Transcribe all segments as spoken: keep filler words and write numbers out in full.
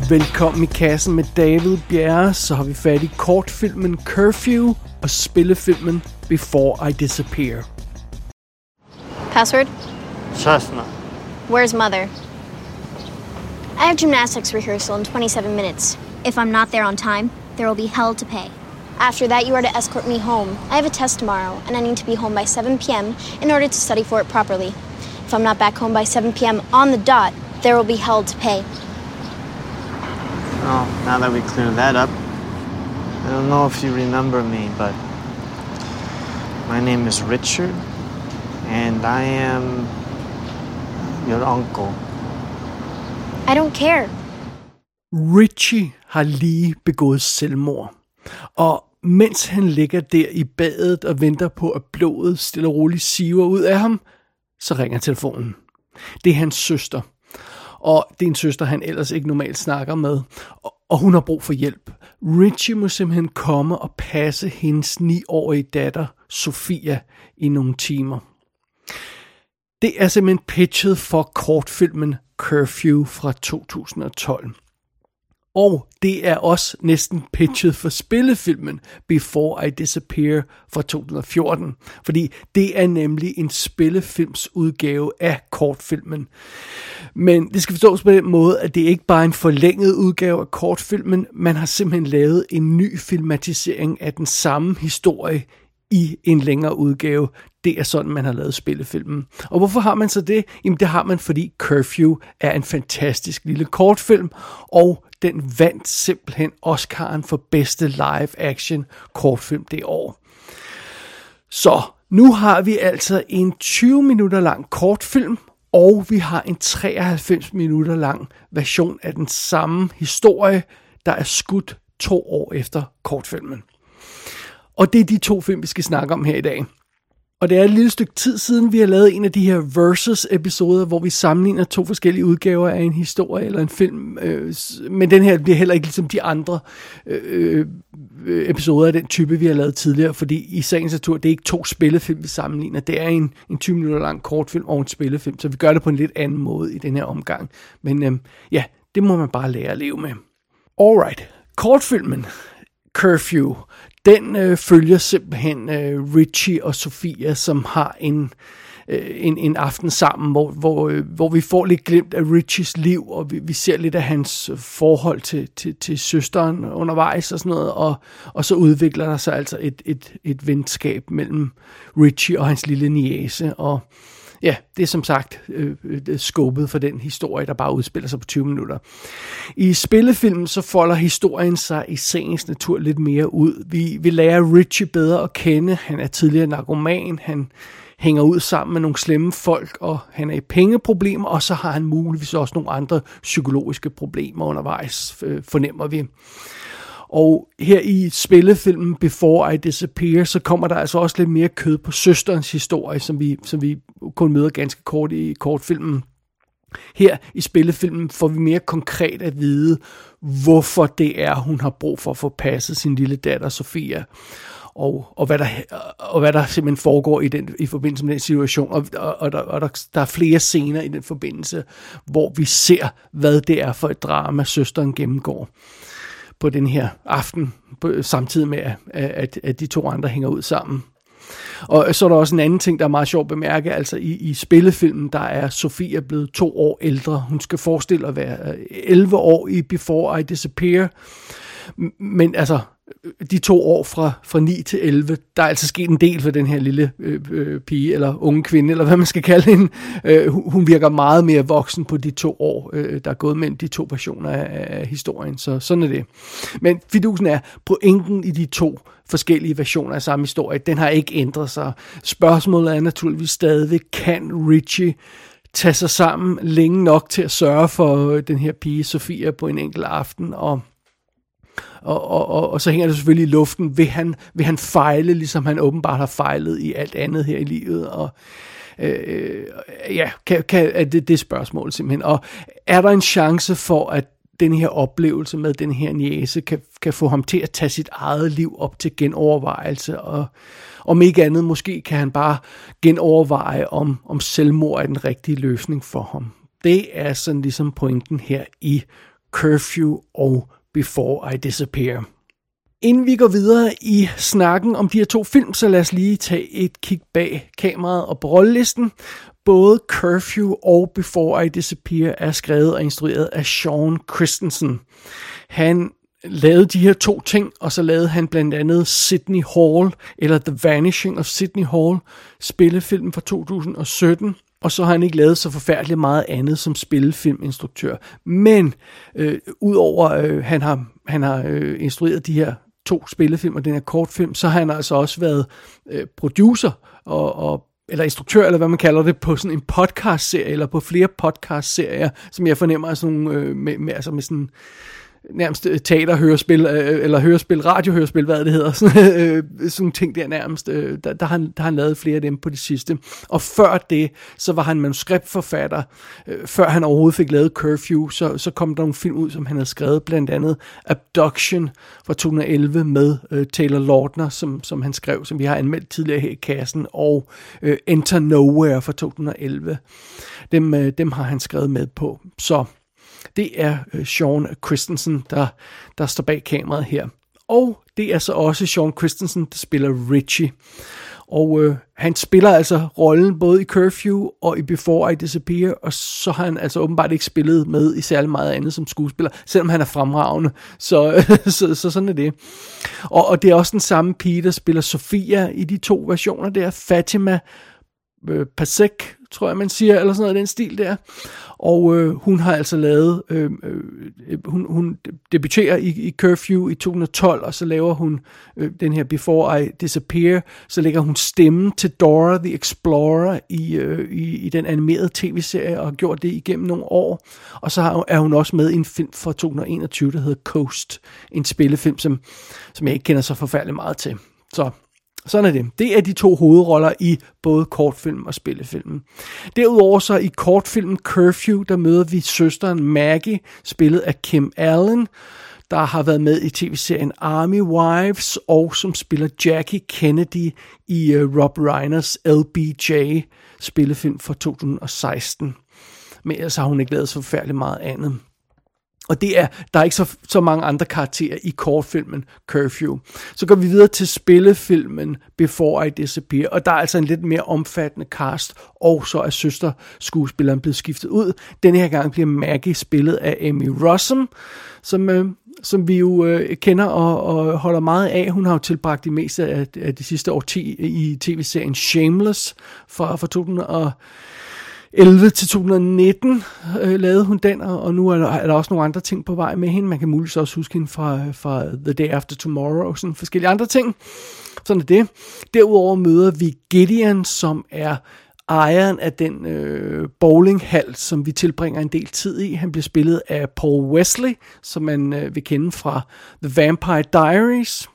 Velkommen i kassen med David Bjerre. Så har vi fat i kortfilmen Curfew og spillefilmen Before I Disappear. Password? Cessna. Where's Mother? I have gymnastics rehearsal in twenty-seven minutes. If I'm not there on time, there will be hell to pay. After that, you are to escort me home. I have a test tomorrow, and I need to be home by seven p.m. in order to study for it properly. If I'm not back home by seven p.m. on the dot, there will be hell to pay. Well, now that we cleared that up, I don't know if you remember me, but my name is Richard, and I am your uncle. I don't care. Richie har lige begået selvmord, og mens han ligger der i badet og venter på, at blodet stille og roligt siver ud af ham, så ringer telefonen. Det er hans søster, og det er en søster, han ellers ikke normalt snakker med, og hun har brug for hjælp. Richie må simpelthen komme og passe hendes niårige datter, Sofia, i nogle timer. Det er simpelthen pitchet for kortfilmen Curfew fra to tusind og tolv. Og det er også næsten pitchet for spillefilmen Before I Disappear fra to tusind og fjorten. Fordi det er nemlig en spillefilms udgave af kortfilmen. Men det skal forstås på den måde, at det ikke bare er en forlænget udgave af kortfilmen. Man har simpelthen lavet en ny filmatisering af den samme historie i en længere udgave. Det er sådan, man har lavet spillefilmen. Og hvorfor har man så det? Jamen det har man, fordi Curfew er en fantastisk lille kortfilm, og den vandt simpelthen Oscar'en for bedste live action kortfilm det år. Så nu har vi altså en tyve minutter lang kortfilm, og vi har en treoghalvfems minutter lang version af den samme historie, der er skudt to år efter kortfilmen. Og det er de to film, vi skal snakke om her i dag. Og det er et lille stykke tid siden, vi har lavet en af de her versus-episoder, hvor vi sammenligner to forskellige udgaver af en historie eller en film. Men den her bliver heller ikke ligesom de andre øh, episoder af den type, vi har lavet tidligere, fordi i sagens natur, det er ikke to spillefilm, vi sammenligner. Det er en, en tyve minutter lang kortfilm og en spillefilm, så vi gør det på en lidt anden måde i den her omgang. Men øh, ja, det må man bare lære at leve med. Alright, kortfilmen Curfew, den øh, følger simpelthen øh, Richie og Sofia, som har en, øh, en, en aften sammen, hvor, hvor, øh, hvor vi får lidt glimt af Richies liv, og vi, vi ser lidt af hans forhold til, til, til søsteren undervejs og sådan noget, og, og så udvikler der sig altså et, et, et venskab mellem Richie og hans lille niece, og ja, det er som sagt øh, skåbet for den historie, der bare udspiller sig på tyve minutter. I spillefilmen så folder historien sig i sagens natur lidt mere ud. Vi, vi lærer Richie bedre at kende. Han er tidligere narkoman. Han hænger ud sammen med nogle slemme folk, og han er i pengeproblemer, og så har han muligvis også nogle andre psykologiske problemer undervejs, øh, fornemmer vi. Og her i spillefilmen Before I Disappear, så kommer der altså også lidt mere kød på søsterens historie, som vi, som vi kun møder ganske kort i kortfilmen. Her i spillefilmen får vi mere konkret at vide, hvorfor det er, hun har brug for at få passet sin lille datter Sofia. Og, og, hvad der, og hvad der simpelthen foregår i, den, i forbindelse med den situation. Og, og, og, der, og der, der er flere scener i den forbindelse, hvor vi ser, hvad det er for et drama, søsteren gennemgår på den her aften, på, samtidig med, at, at, at de to andre hænger ud sammen. Og så er der også en anden ting, der er meget sjovt at bemærke. Altså i, i spillefilmen, der er Sofia blevet to år ældre. Hun skal forestille at være elleve år i Before I Disappear. Men altså, de to år fra, fra ni til elleve, der er altså sket en del for den her lille øh, øh, pige, eller unge kvinde, eller hvad man skal kalde hende. Øh, hun virker meget mere voksen på de to år, øh, der er gået mellem de to versioner af, af historien, så sådan er det. Men fidusen er, pointen i de to forskellige versioner af samme historie, den har ikke ændret sig. Spørgsmålet er naturligvis stadig, kan Richie tage sig sammen længe nok til at sørge for den her pige, Sofia, på en enkelt aften, og Og, og, og, og så hænger det selvfølgelig i luften. Vil han, vil han fejle, ligesom han åbenbart har fejlet i alt andet her i livet? Og øh, ja, kan, kan, er det det spørgsmål simpelthen. Og er der en chance for, at den her oplevelse med den her niece kan, kan få ham til at tage sit eget liv op til genovervejelse? Og om ikke andet, måske kan han bare genoverveje, om, om selvmord er den rigtige løsning for ham. Det er sådan ligesom pointen her i Curfew og Before I Disappear. Inden vi går videre i snakken om de her to film, så lad os lige tage et kig bag kameraet og på rollelisten. Både Curfew og Before I Disappear er skrevet og instrueret af Sean Christensen. Han lavede de her to ting, og så lavede han blandt andet Sydney Hall, eller The Vanishing of Sydney Hall, spillefilm fra to tusind og sytten. Og så har han ikke lavet så forfærdeligt meget andet som spillefilminstruktør. Men øh, udover øh, han har, han har øh, instrueret de her to spillefilm og den her kortfilm, så har han altså også været øh, producer og, og eller instruktør, eller hvad man kalder det, på sådan en podcast-serie, eller på flere podcast-serier, som jeg fornemmer er sådan nogle, øh, med, med, altså med sådan nærmest teaterhørespil, øh, eller hørespil, radiohørespil, hvad det hedder, sådan, øh, sådan ting der nærmest, øh, der, der, har han, der har han lavet flere af dem på det sidste. Og før det, så var han manuskriptforfatter, øh, før han overhovedet fik lavet Curfew, så, så kom der nogle film ud, som han havde skrevet, blandt andet Abduction fra to tusind og elleve med øh, Taylor Lautner, som, som han skrev, som vi har anmeldt tidligere her i kassen, og øh, Enter Nowhere fra to tusind og elleve. Dem, øh, dem har han skrevet med på, så det er øh, Sean Christensen, der, der står bag kameraet her. Og det er så også Sean Christensen, der spiller Richie. Og øh, han spiller altså rollen både i Curfew og i Before I Disappear, og så har han altså åbenbart ikke spillet med i særlig meget andet som skuespiller, selvom han er fremragende. Så, så, så sådan er det. Og, og det er også den samme pige, der spiller Sofia i de to versioner der, Fatima øh, Pasek, tror jeg man siger, eller sådan noget i den stil der. Og øh, hun har altså lavet, øh, øh, hun, hun debuterer i, i Curfew i to tusind og tolv, og så laver hun øh, den her Before I Disappear, så lægger hun stemmen til Dora the Explorer i, øh, i, i den animerede tv-serie, og har gjort det igennem nogle år. Og så har, er hun også med i en film fra to tusind og enogtyve, der hedder Coast, en spillefilm, som, som jeg ikke kender så forfærdeligt meget til. Så sådan er det. Det er de to hovedroller i både kortfilm og spillefilmen. Derudover så i kortfilmen Curfew, der møder vi søsteren Maggie, spillet af Kim Allen, der har været med i tv-serien Army Wives, og som spiller Jackie Kennedy i uh, Rob Reiners L B J spillefilm fra to tusind og seksten. Men ellers har hun ikke lavet så forfærdeligt meget andet. Og det er, der er ikke så, så mange andre karakterer i kortfilmen Curfew. Så går vi videre til spillefilmen Before I Disappear, og der er altså en lidt mere omfattende cast, og så er søsterskuespilleren blevet skiftet ud. Denne her gang bliver Maggie spillet af Amy Rossum, som, øh, som vi jo øh, kender og, og holder meget af. Hun har jo tilbragt det meste af, af de sidste årti i tv-serien Shameless fra, fra to tusind og elleve til to tusind og nitten øh, lavede hun den, og, og nu er der, er der også nogle andre ting på vej med hende. Man kan muligvis også huske hende fra, fra The Day After Tomorrow og sådan forskellige andre ting. Sådan er det. Derudover møder vi Gideon, som er ejeren af den øh, bowlinghal, som vi tilbringer en del tid i. Han bliver spillet af Paul Wesley, som man øh, vil kende fra The Vampire Diaries.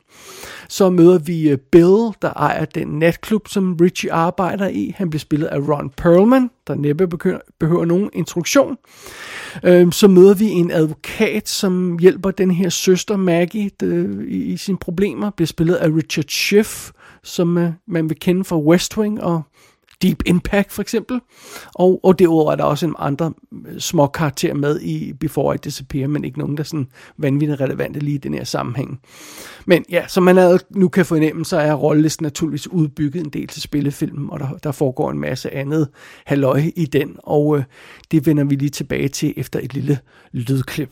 Så møder vi Bill, der ejer den natklub, som Richie arbejder i. Han bliver spillet af Ron Perlman, der næppe behøver nogen introduktion. Så møder vi en advokat, som hjælper den her søster Maggie i sine problemer. Bliver spillet af Richard Schiff, som man vil kende fra West Wing og Deep Impact for eksempel. Og, og derudover er der også en andre små karakterer med i Before I Disappear, men ikke nogen, der er sådan vanvittigt relevante lige i den her sammenhæng. Men ja, som man nu kan fornemme, så er rollelisten naturligvis udbygget en del til spillefilmen, og der, der foregår en masse andet halløj i den, og øh, det vender vi lige tilbage til efter et lille lydklip.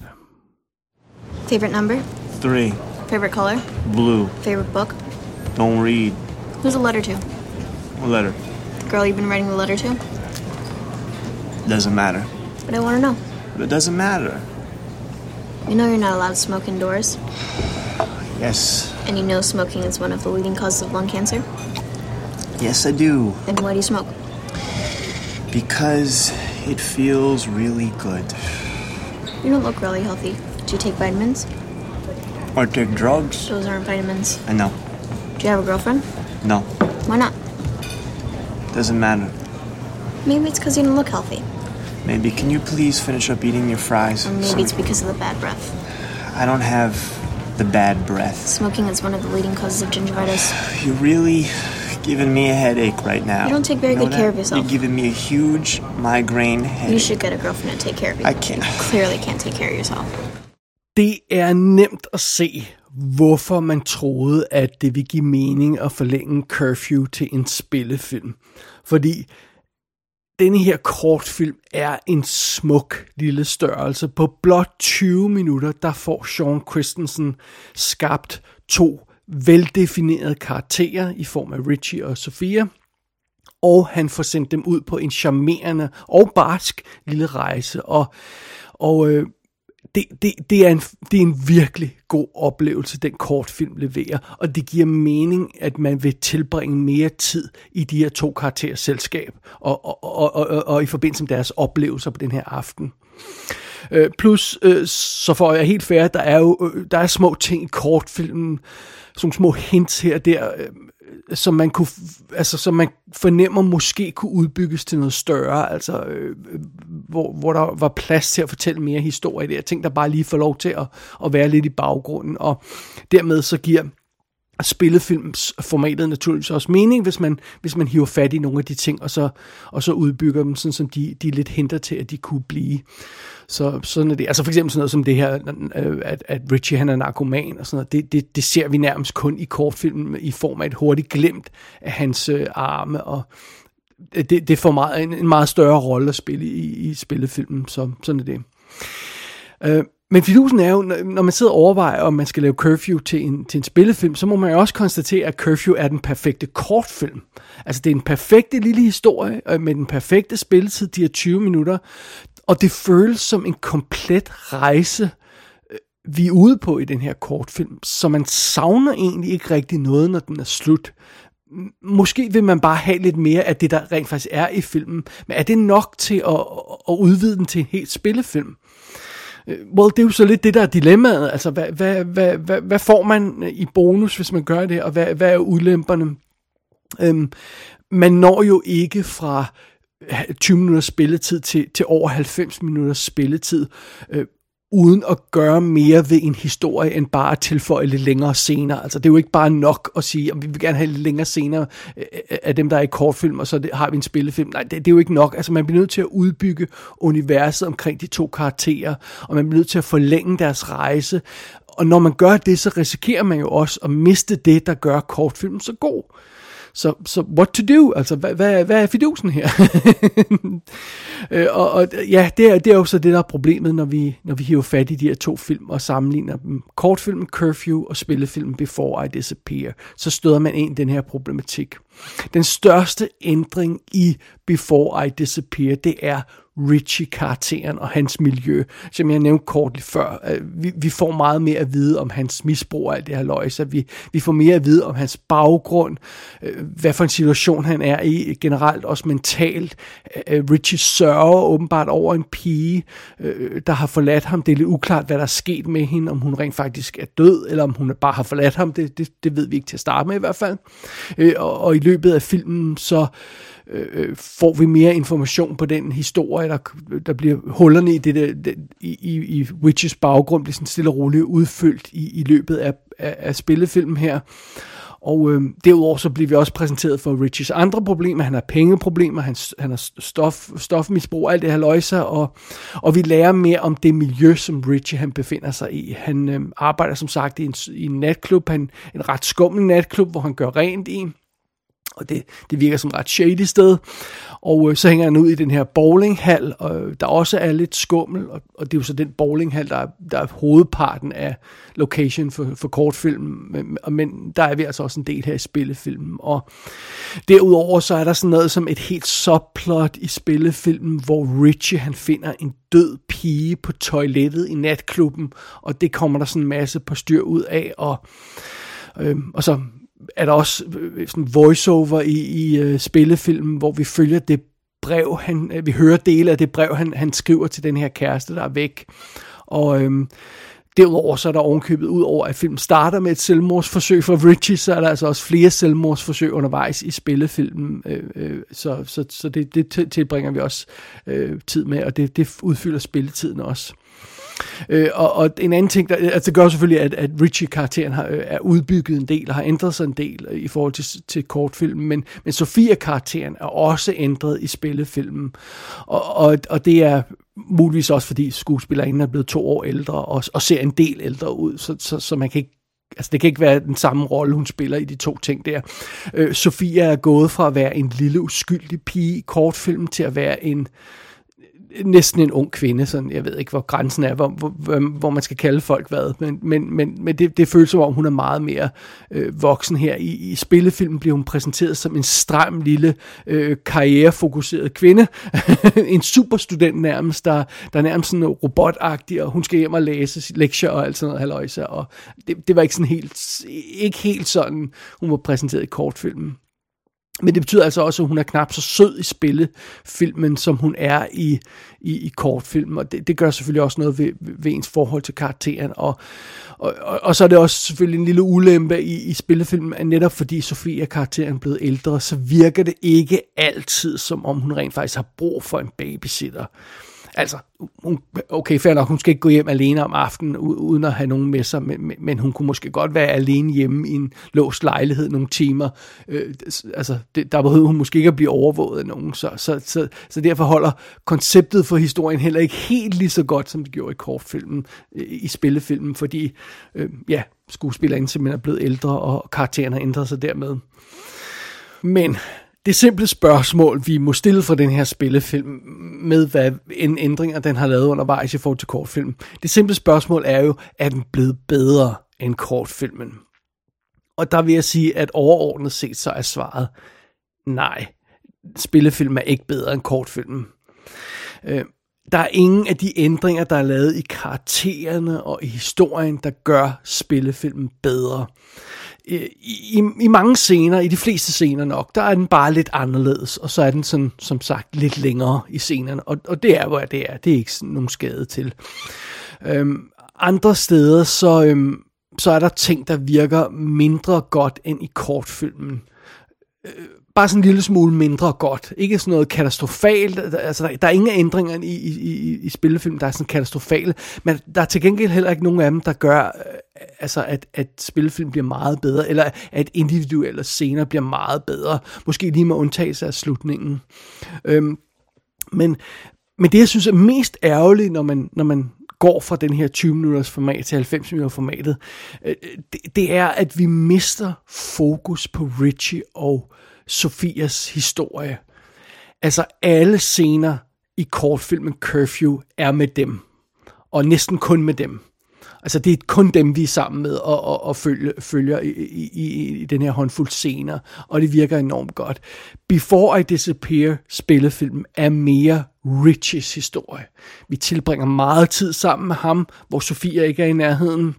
Favorite number? Three. Favorite color? Blue. Favorite book? Don't read. Who's a letter to? What letter? The girl you've been writing the letter to? Doesn't matter. But I want to know. But it doesn't matter. You know you're not allowed to smoke indoors? Yes. And you know smoking is one of the leading causes of lung cancer? Yes, I do. Then why do you smoke? Because it feels really good. You don't look really healthy. Do you take vitamins? Or take drugs. Those aren't vitamins. I know. Do you have a girlfriend? No. Why not? Doesn't matter. Maybe it's because you don't look healthy. Maybe. Can you please finish up eating your fries? Or maybe Some... it's because of the bad breath. I don't have the bad breath. Smoking is one of the leading causes of gingivitis. You really giving me a headache right now. You don't take very you know good that? care of yourself. You're giving me a huge migraine headache. You should get a girlfriend to take care of you. I can't. You clearly can't take care of yourself. Det er nemt at se, hvorfor man troede, at det ville give mening at forlænge Curfew til en spillefilm. Fordi denne her kortfilm er en smuk lille størrelse. På blot tyve minutter, der får Sean Christensen skabt to veldefinerede karakterer i form af Richie og Sofia. Og han får sendt dem ud på en charmerende og barsk lille rejse. Og, og øh, det, det, det, er en, det er en virkelig god oplevelse, den kortfilm leverer. Og det giver mening, at man vil tilbringe mere tid i de her to karakterers selskab. Og, og, og, og, og, og i forbindelse med deres oplevelser på den her aften. Øh, plus, øh, så får jeg helt fair, der er jo øh, der er små ting i kortfilmen, sådan små hints her og der, øh, som man kunne, altså som man fornemmer måske kunne udbygges til noget større, altså øh, hvor, hvor der var plads til at fortælle mere historie der, ting der bare lige får lov til at, at være lidt i baggrunden, og dermed så giver spillefilmsformatet naturligvis også mening, hvis man, hvis man hiver fat i nogle af de ting, og så, og så udbygger dem, sådan som de, de lidt henter til, at de kunne blive. Så sådan er det. Altså for eksempel sådan noget som det her, at, at Richie han er narkoman og sådan noget, det, det, det ser vi nærmest kun i kortfilmen i form af et hurtigt glimt af hans øh, arme, og det, det får meget, en, en meget større rolle at spille i, i spillefilmen, så sådan er det. Øh, Men fidusen er jo, når man sidder og overvejer, om man skal lave Curfew til en, til en spillefilm, så må man jo også konstatere, at Curfew er den perfekte kortfilm. Altså det er en perfekte lille historie, med den perfekte spilletid, de her tyve minutter, og det føles som en komplet rejse, vi er ude på i den her kortfilm, så man savner egentlig ikke rigtig noget, når den er slut. Måske vil man bare have lidt mere af det, der rent faktisk er i filmen, men er det nok til at, at udvide den til en helt spillefilm? Well, det er jo så lidt det, der er dilemmaet. Altså, hvad, hvad, hvad, hvad, hvad får man i bonus, hvis man gør det, og hvad, hvad er ulemperne? Øhm, man når jo ikke fra tyve minutters spilletid til, til over halvfems minutters spilletid, øh, uden at gøre mere ved en historie, end bare at tilføje lidt længere scener. Altså, det er jo ikke bare nok at sige, at vi vil gerne have lidt længere scener af dem, der er i kortfilm, og så har vi en spillefilm. Nej, det, det er jo ikke nok. Altså, man bliver nødt til at udbygge universet omkring de to karakterer, og man bliver nødt til at forlænge deres rejse. Og når man gør det, så risikerer man jo også at miste det, der gør kortfilmen så god. Så, så what to do? Altså, hvad, hvad, hvad er fidusen her? og, og ja, det er, det er jo så det, der er problemet, når vi, når vi hiver fat i de her to film og sammenligner dem. Kortfilmen Curfew og spillefilmen Before I Disappear. Så støder man ind i den her problematik. Den største ændring i Before I Disappear, det er Richie-karakteren og hans miljø, som jeg nævnte kort lige før. Vi, vi får meget mere at vide om hans misbrug af det her løjse. Vi, vi får mere at vide om hans baggrund, hvad for en situation han er i, generelt også mentalt. Richie sørger åbenbart over en pige, der har forladt ham. Det er lidt uklart, hvad der er sket med hende, om hun rent faktisk er død, eller om hun bare har forladt ham. Det, det, det ved vi ikke til at starte med i hvert fald. Og, og i løbet af filmen, så øh, får vi mere information på den historie, der, der bliver hullerne i, det der, det, i, i, i Richies baggrund, bliver sådan stille og roligt udfyldt i, i løbet af, af, af spillefilmen her. Og øh, derudover så bliver vi også præsenteret for Richies andre problemer. Han har pengeproblemer, han, han har stof, stofmisbrug, alt det her løjser, og, og vi lærer mere om det miljø, som Richie han befinder sig i. Han øh, arbejder som sagt i en, i en natklub, han, en ret skummel natklub, hvor han gør rent i. Og det, det virker som et ret shady sted. Og øh, så hænger han ud i den her bowlinghal, og der også er lidt skummel, og, og det er jo så den bowlinghal, der er, der er hovedparten af location for, for kortfilmen, men, men der er vi altså også en del her i spillefilmen. Og derudover så er der sådan noget som et helt subplot i spillefilmen, hvor Richie han finder en død pige på toilettet i natklubben, og det kommer der sådan en masse på styr ud af, og, øh, og så er der også sådan voiceover i, i uh, spillefilmen, hvor vi følger det brev, han, vi hører dele af det brev, han, han skriver til den her kæreste, der er væk. Og øhm, derudover så er der ovenkøbet, ud over at filmen starter med et selvmordsforsøg for Richie, så er der altså også flere selvmordsforsøg undervejs i spillefilmen. Øh, øh, så så, så det, det tilbringer vi også øh, tid med, og det, det udfylder spilletiden også. Øh, og, og en anden ting, der, altså det gør selvfølgelig, at, at Richie-karakteren har, er udbygget en del, og har ændret sig en del i forhold til, til kortfilmen, men, men Sofia-karakteren er også ændret i spillefilmen, og, og, og det er muligvis også, fordi skuespillerinden er blevet to år ældre, og, og ser en del ældre ud, så, så, så man kan ikke, altså det kan ikke være den samme rolle, hun spiller i de to ting der. Øh, Sofia er gået fra at være en lille uskyldig pige i kortfilmen, til at være en næsten en ung kvinde, sådan, jeg ved ikke, hvor grænsen er, hvor, hvor, hvor man skal kalde folk hvad, men, men, men, men det, det føles som om, hun er meget mere øh, voksen her. I, I spillefilmen bliver hun præsenteret som en stram, lille, øh, karrierefokuseret kvinde, en superstudent nærmest, der, der er nærmest sådan robotagtig, og hun skal hjem og læse lektier og alt sådan noget halløjse, og det, det var ikke sådan helt, ikke helt sådan, hun var præsenteret i kortfilmen. Men det betyder altså også, at hun er knap så sød i spillefilmen, som hun er i, i, i kortfilmen. Og det, det gør selvfølgelig også noget ved, ved ens forhold til karakteren. Og, og, og, og så er det også selvfølgelig en lille ulempe i, i spillefilmen, at netop fordi Sofia-karakteren er blevet ældre, så virker det ikke altid, som om hun rent faktisk har brug for en babysitter. Altså, hun, okay, fair nok, hun skal ikke gå hjem alene om aftenen, uden at have nogen med sig, men, men hun kunne måske godt være alene hjemme i en låst lejlighed nogle timer. Øh, altså, det, der behøver hun måske ikke at blive overvåget af nogen, så, så, så, så derfor holder konceptet for historien heller ikke helt lige så godt, som det gjorde i kortfilmen, i spillefilmen, fordi, øh, ja, skuespilleren simpelthen er blevet ældre, og karakteren har ændret sig dermed. Men det simple spørgsmål, vi må stille for den her spillefilm, med hvad en ændringer den har lavet undervejs i forhold til kortfilmen. Det simple spørgsmål er jo, er den blevet bedre end kortfilmen? Og der vil jeg sige, at overordnet set så er svaret nej. Spillefilm er ikke bedre end kortfilmen. Øh, Der er ingen af de ændringer, der er lavet i karaktererne og i historien, der gør spillefilmen bedre. I, i, I mange scener, i de fleste scener nok, der er den bare lidt anderledes, og så er den sådan, som sagt, lidt længere i scenerne, og, og det er, hvor det er. Det er ikke sådan nogen skade til. Øhm, andre steder, så, øhm, så er der ting, der virker mindre godt end i kortfilmen. Øh, Bare sådan en lille smule mindre godt. Ikke sådan noget katastrofalt. Altså, der, der er ingen ændringer i, i, i, i spillefilm, der er sådan katastrofale. Men der er til gengæld heller ikke nogen af dem, der gør, øh, altså, at, at spillefilm bliver meget bedre, eller at individuelle scener bliver meget bedre. Måske lige med undtagelse af slutningen. Øhm, men, men det, jeg synes er mest ærgerligt, når man, når man går fra den her tyve minutters format til halvfems minutter formatet, øh, det, det er, at vi mister fokus på Richie og Sofias historie. Altså alle scener i kortfilmen Curfew er med dem, og næsten kun med dem. Altså det er kun dem, vi er sammen med og, og, og følger, følger i, i, i den her håndfuld scener, og det virker enormt godt. Before I Disappear, spillefilmen, er mere Richies historie. Vi tilbringer meget tid sammen med ham, hvor Sofia ikke er i nærheden,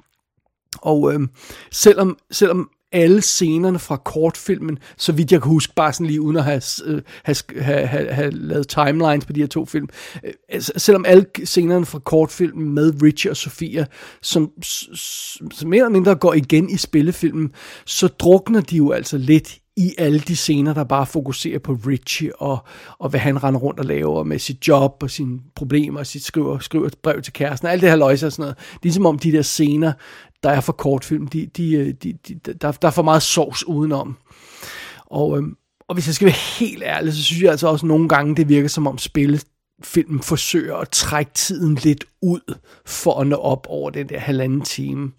og øhm, selvom, selvom alle scenerne fra kortfilmen, så vidt jeg kan huske, bare sådan lige uden at have, have, have, have, have lavet timelines på de her to film, selvom alle scenerne fra kortfilmen med Richie og Sofia, som, som mere eller mindre går igen i spillefilmen, så drukner de jo altså lidt i alle de scener, der bare fokuserer på Richie og, og hvad han render rundt og laver med sit job og sine problemer og sit skriver, skriver et brev til kæresten og alt det her løjse og sådan noget. Det er som om de der scener, der er for kortfilm, de, de, de, de, der, der er for meget sovs udenom. Og, øhm, og hvis jeg skal være helt ærlig, så synes jeg altså også nogle gange, det virker som om spillefilmen forsøger at trække tiden lidt ud for at nå op over den der halvanden time.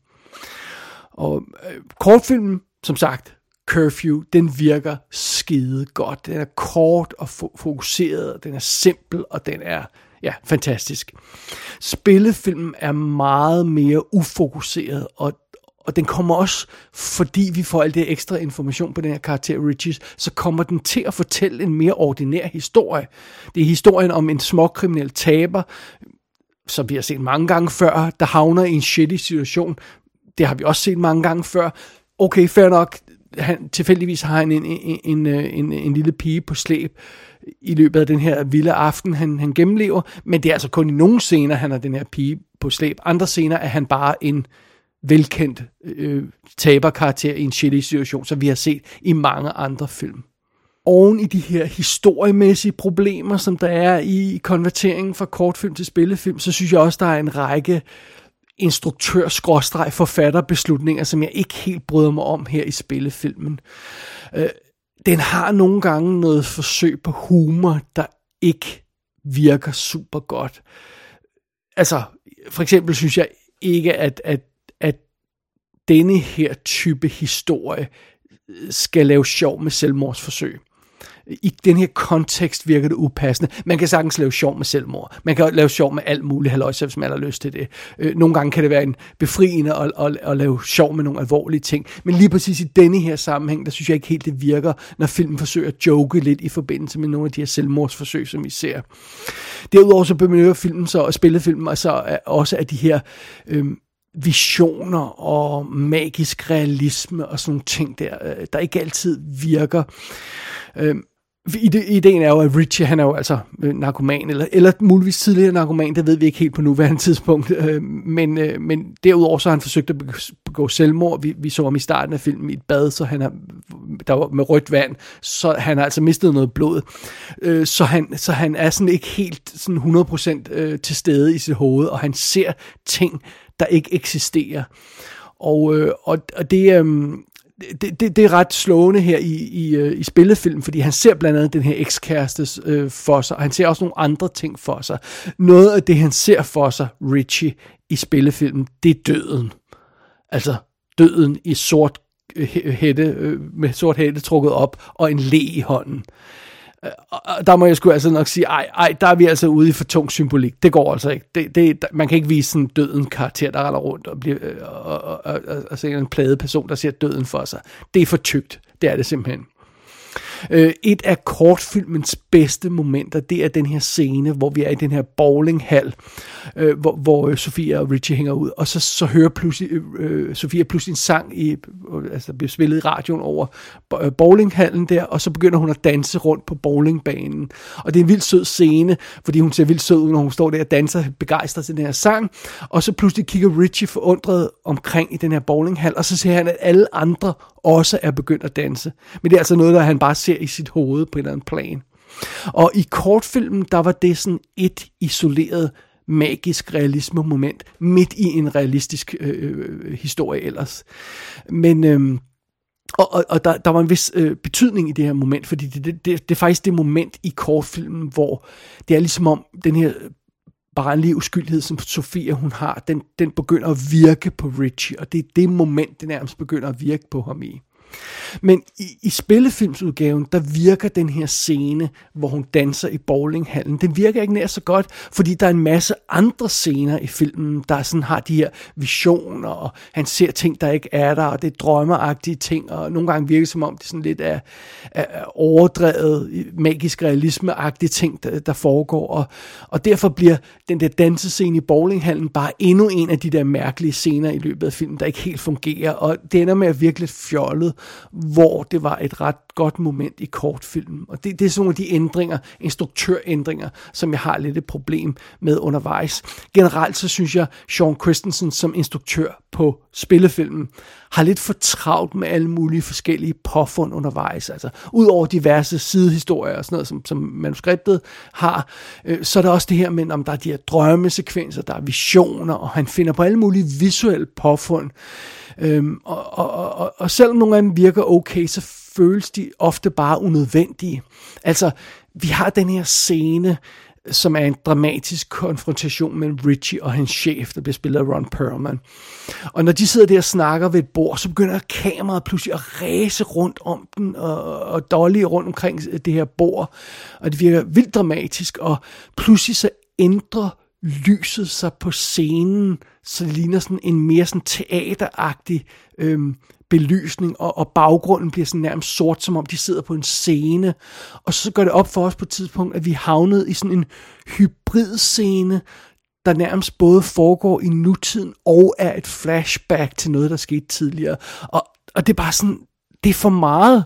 Og øh, kortfilmen, som sagt, Curfew, den virker skide godt. Den er kort og fo- fokuseret, den er simpel, og den er, ja, fantastisk. Spillefilmen er meget mere ufokuseret, og, og den kommer også, fordi vi får alt det ekstra information på den her karakter Richie, så kommer den til at fortælle en mere ordinær historie. Det er historien om en småkriminel taber, som vi har set mange gange før, der havner i en shitty situation. Det har vi også set mange gange før. Okay, fair nok. Han, tilfældigvis har han en, en, en, en, en lille pige på slæb i løbet af den her vilde aften, han, han gennemlever, men det er altså kun i nogle scener, han har den her pige på slæb. Andre scener er han bare en velkendt øh, taberkarakter i en shitty situation, som vi har set i mange andre film. oven i de her historiemæssige problemer, som der er i konverteringen fra kortfilm til spillefilm, så synes jeg også, der er en række instruktør-forfatterbeslutninger, som jeg ikke helt bryder mig om her i spillefilmen. Øh, den har nogle gange noget forsøg på humor, der ikke virker super godt. Altså, for eksempel synes jeg ikke, at, at, at denne her type historie skal lave sjov med selvmordsforsøg. I den her kontekst virker det upassende. Man kan sagtens lave sjov med selvmord. Man kan lave sjov med alt muligt halløjse, hvis man har lyst til det. Nogle gange kan det være en befriende at, at, at lave sjov med nogle alvorlige ting. Men lige præcis i denne her sammenhæng, der synes jeg ikke helt, det virker, når filmen forsøger at joke lidt i forbindelse med nogle af de her selvmordsforsøg, som vi ser. Derudover så benytter filmen så, og spillefilmen altså også af de her øhm, visioner og magisk realisme og sådan nogle ting der, der ikke altid virker. Øhm, Ideen er jo, at Richie, han er jo altså narkoman, eller, eller muligvis tidligere narkoman, det ved vi ikke helt på nuværende tidspunkt, øh, men, øh, men derudover så har han forsøgt at begå selvmord. Vi, vi så ham i starten af filmen i et bad, så han har, der var med rødt vand, så han har altså mistet noget blod, øh, så, han, så han er sådan ikke helt sådan hundrede procent øh, til stede i sit hoved, og han ser ting, der ikke eksisterer. Og, øh, og, og det er... Øh, Det, det, det er ret slående her i, i, i spillefilm, fordi han ser blandt andet den her ekskæreste øh, for sig, og han ser også nogle andre ting for sig. Noget af det, han ser for sig, Richie, i spillefilmen, det er døden. Altså døden i sort hætte, øh, med sort hætte trukket op, og en le i hånden. Og der må jeg sgu altså nok sige, ej, ej, der er vi altså ude i for tung symbolik. Det går altså ikke. Det, det, man kan ikke vise sådan en døden karakter, der render rundt og bliver og, og, og, og, og en plaget person, der ser døden for sig. Det er for tykt. Det er det simpelthen. Et af kortfilmens bedste momenter, det er den her scene, hvor vi er i den her bowlinghal, øh, hvor, hvor Sofia og Richie hænger ud, og så, så hører pludselig, øh, Sofia pludselig en sang, i, altså bliver spillet i radioen over bowlinghallen der, og så begynder hun at danse rundt på bowlingbanen, og det er en vildt sød scene, fordi hun ser vildt sød ud, når hun står der og danser begejstret til den her sang, og så pludselig kigger Richie forundret omkring i den her bowlinghal, og så ser han, at alle andre også er begyndt at danse, men det er altså noget, der han bare ser i sit hoved på en eller anden plan. Og i kortfilmen, der var det sådan et isoleret magisk realisme moment midt i en realistisk øh, historie ellers. Men øh, og, og, og der, der var en vis øh, betydning i det her moment, fordi det, det, det, det er faktisk det moment i kortfilmen, hvor det er ligesom om den her barnlige uskyldighed, som Sofia hun har, den, den begynder at virke på Richie, og det er det moment, det nærmest begynder at virke på ham i. Men i, i spillefilmsudgaven, der virker den her scene, hvor hun danser i bowlinghallen, den virker ikke nær så godt, fordi der er en masse andre scener i filmen, der sådan har de her visioner, og han ser ting, der ikke er der, og det er drømmeagtige ting, og nogle gange virker det som om, det er sådan lidt af, af overdrevet, magisk realisme-agtige ting, der, der foregår, og, og derfor bliver den der dansescene i bowlinghallen bare endnu en af de der mærkelige scener i løbet af filmen, der ikke helt fungerer, og det ender med at virke lidt fjollet, hvor det var et ret godt moment i kortfilmen. Og det, det er sådan nogle af de ændringer, instruktørændringer, som jeg har lidt et problem med undervejs. Generelt så synes jeg, Sean Christensen som instruktør på spillefilmen har lidt for travlt med alle mulige forskellige påfund undervejs. Altså, udover diverse sidehistorier og sådan noget, som, som manuskriptet har, øh, så er der også det her med, om der er de her drømmesekvenser, der er visioner, og han finder på alle mulige visuelle påfund. Øhm, og, og, og, og selvom nogle af dem virker okay, så føles de ofte bare unødvendige. Altså, vi har den her scene, som er en dramatisk konfrontation mellem Richie og hans chef, der bliver spillet af Ron Perlman. Og når de sidder der og snakker ved et bord, så begynder kameraet pludselig at ræse rundt om den, og, og dolly rundt omkring det her bord, og det virker vildt dramatisk, og pludselig så ændrer lyset sig på scenen, så det ligner sådan en mere sådan teateragtig øhm, belysning, og, og baggrunden bliver sådan nærmest sort, som om de sidder på en scene, og så går det op for os på et tidspunkt, at vi havnede i sådan en hybridscene, der nærmest både foregår i nutiden, og er et flashback til noget, der skete tidligere, og, og det er bare sådan, det er for meget.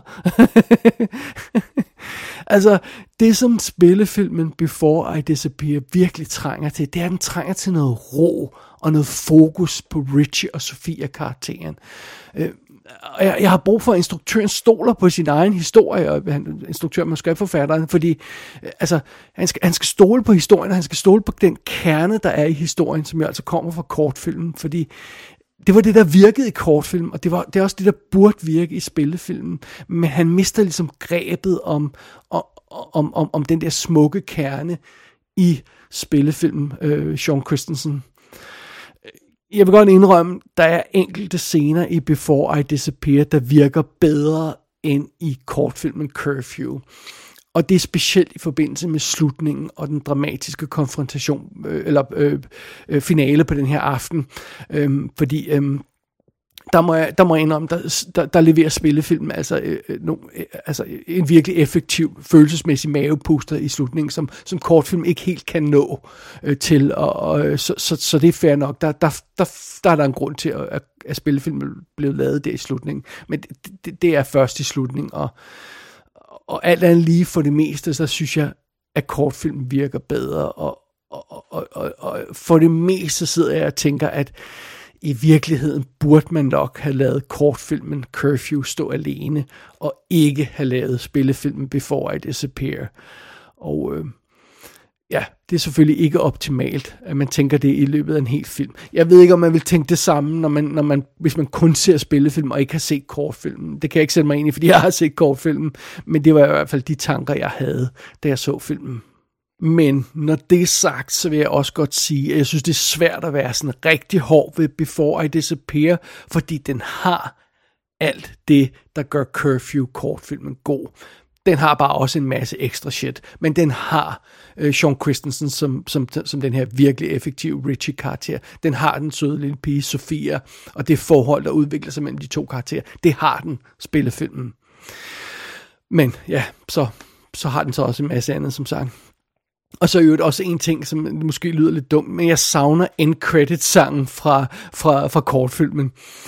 Altså, det som spillefilmen Before I Disappear virkelig trænger til, det er, at den trænger til noget ro og noget fokus på Richie og Sofia-karakteren. jeg, jeg har brug for, at instruktøren stoler på sin egen historie, og han, instruktøren og skriftforfatteren, fordi altså, han, skal, han skal stole på historien, og han skal stole på den kerne, der er i historien, som jo altså kommer fra kortfilmen, fordi det var det, der virkede i kortfilm, og det, var, det er også det, der burde virke i spillefilmen, men han mister ligesom grebet om, om, om, om den der smukke kerne i spillefilmen, øh, Sean Christensen. Jeg vil godt indrømme, der er enkelte scener i Before I Disappear, der virker bedre end i kortfilmen Curfew. Og det er specielt i forbindelse med slutningen og den dramatiske konfrontation, øh, eller øh, øh, finale på den her aften. Øh, fordi øh, der, må jeg, der må jeg indrømme, der, der, der leverer spillefilmen altså, øh, no, øh, altså en virkelig effektiv, følelsesmæssig mavepuster i slutningen, som, som kortfilm ikke helt kan nå øh, til. Og, og, så, så, så det er fair nok. Der, der, der, der er der en grund til, at, at spillefilmen blev lavet der i slutningen. Men det, det, det er først i slutningen, og Og alt andet lige for det meste, så synes jeg, at kortfilmen virker bedre. Og, og, og, og, og for det meste sidder jeg og tænker, at i virkeligheden burde man nok have lavet kortfilmen Curfew stå alene, og ikke have lavet spillefilmen Before I Disappear. Og øh, ja, det er selvfølgelig ikke optimalt, at man tænker det i løbet af en hel film. Jeg ved ikke, om man vil tænke det samme, når man, når man, hvis man kun ser spillefilm og ikke har set kortfilmen. Det kan jeg ikke sætte mig ind i, fordi jeg har set kortfilmen, men det var i hvert fald de tanker, jeg havde, da jeg så filmen. Men når det er sagt, så vil jeg også godt sige, at jeg synes, det er svært at være sådan rigtig hård ved Before I Disappear, fordi den har alt det, der gør Curfew-kortfilmen god. Den har bare også en masse ekstra shit, men den har øh, Sean Christensen som, som, som den her virkelig effektive Richie-karakter. Den har den søde lille pige Sofia, og det forhold, der udvikler sig mellem de to karakterer, det har den spillefilmen. Men ja, så, så har den så også en masse andet, som sagt. Og så er jo også en ting, som måske lyder lidt dumt, men jeg savner end-credit-sangen fra, fra, fra kortfilmen.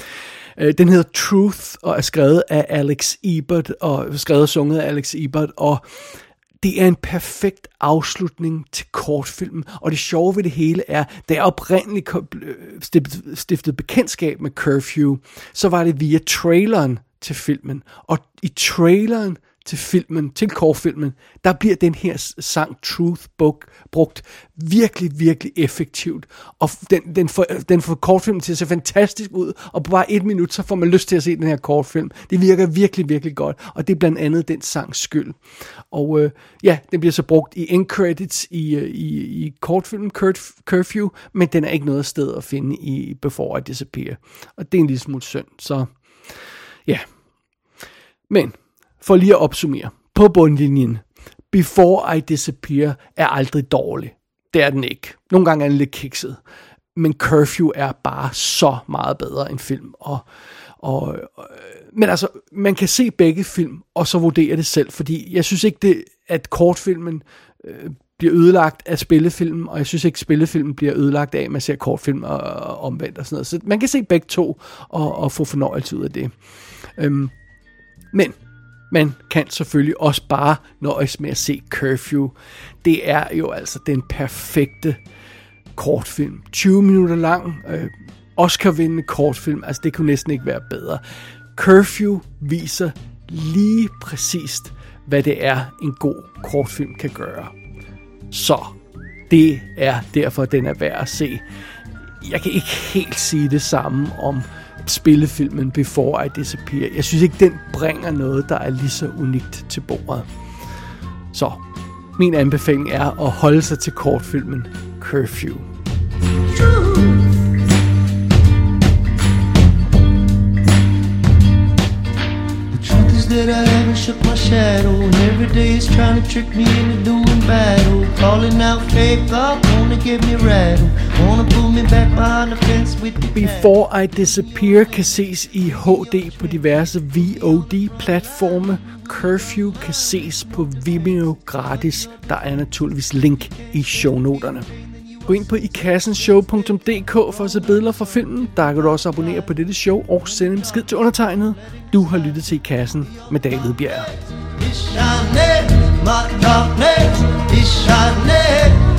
Den hedder Truth, og er skrevet af Alex Ebert, og skrevet og sunget af Alex Ebert, og det er en perfekt afslutning til kortfilmen. Og det sjove ved det hele er, da jeg oprindeligt stiftede bekendtskab med Curfew, så var det via traileren til filmen. Og i traileren til filmen, til kortfilmen, der bliver den her sang Truth brugt virkelig, virkelig effektivt. Og den, den, får, den får kortfilmen til at se fantastisk ud, og på bare et minut, så får man lyst til at se den her kortfilm. Det virker virkelig, virkelig godt, og det er blandt andet den sangs skyld. Og øh, ja, den bliver så brugt i end credits i, i, i kortfilmen Curfew, men den er ikke noget sted at finde i Before I Disappear. Og det er en lille smule synd, så ja. Men for lige at opsummere, på bundlinjen, Before I Disappear er aldrig dårlig. Det er den ikke. Nogle gange er den lidt kikset. Men Curfew er bare så meget bedre end film. Og, og, og, men altså, man kan se begge film, og så vurdere det selv. Fordi jeg synes ikke, det, at kortfilmen øh, bliver ødelagt af spillefilmen, og jeg synes ikke, spillefilmen bliver ødelagt af, at man ser kortfilm og, og omvendt og sådan noget. Så man kan se begge to, og, og få fornøjelse ud af det. Øhm, men man kan selvfølgelig også bare nøjes med at se Curfew. Det er jo altså den perfekte kortfilm. tyve minutter lang, øh, Oscar-vindende kortfilm. Altså det kunne næsten ikke være bedre. Curfew viser lige præcist, hvad det er, en god kortfilm kan gøre. Så det er derfor, den er værd at se. Jeg kan ikke helt sige det samme om spillefilmen Before I Disappear. Jeg synes ikke, den bringer noget, der er lige så unikt til bordet. Så min anbefaling er at holde sig til kortfilmen Curfew. That I haven't shook my shadow, and every day is trying to trick me into doing battle. Calling out faith, God wanna get me rattled, wanna pull me back behind the fence with the Before I Disappear kan ses i H D på diverse V O D-platforme. Curfew kan ses på Vimeo gratis. Der er naturligvis link i shownoterne. Gå ind på ikassenshow punktum d k for at se billeder fra filmen. Der kan du også abonnere på dette show og sende en besked til undertegnet. Du har lyttet til I Kassen med David Bjerg.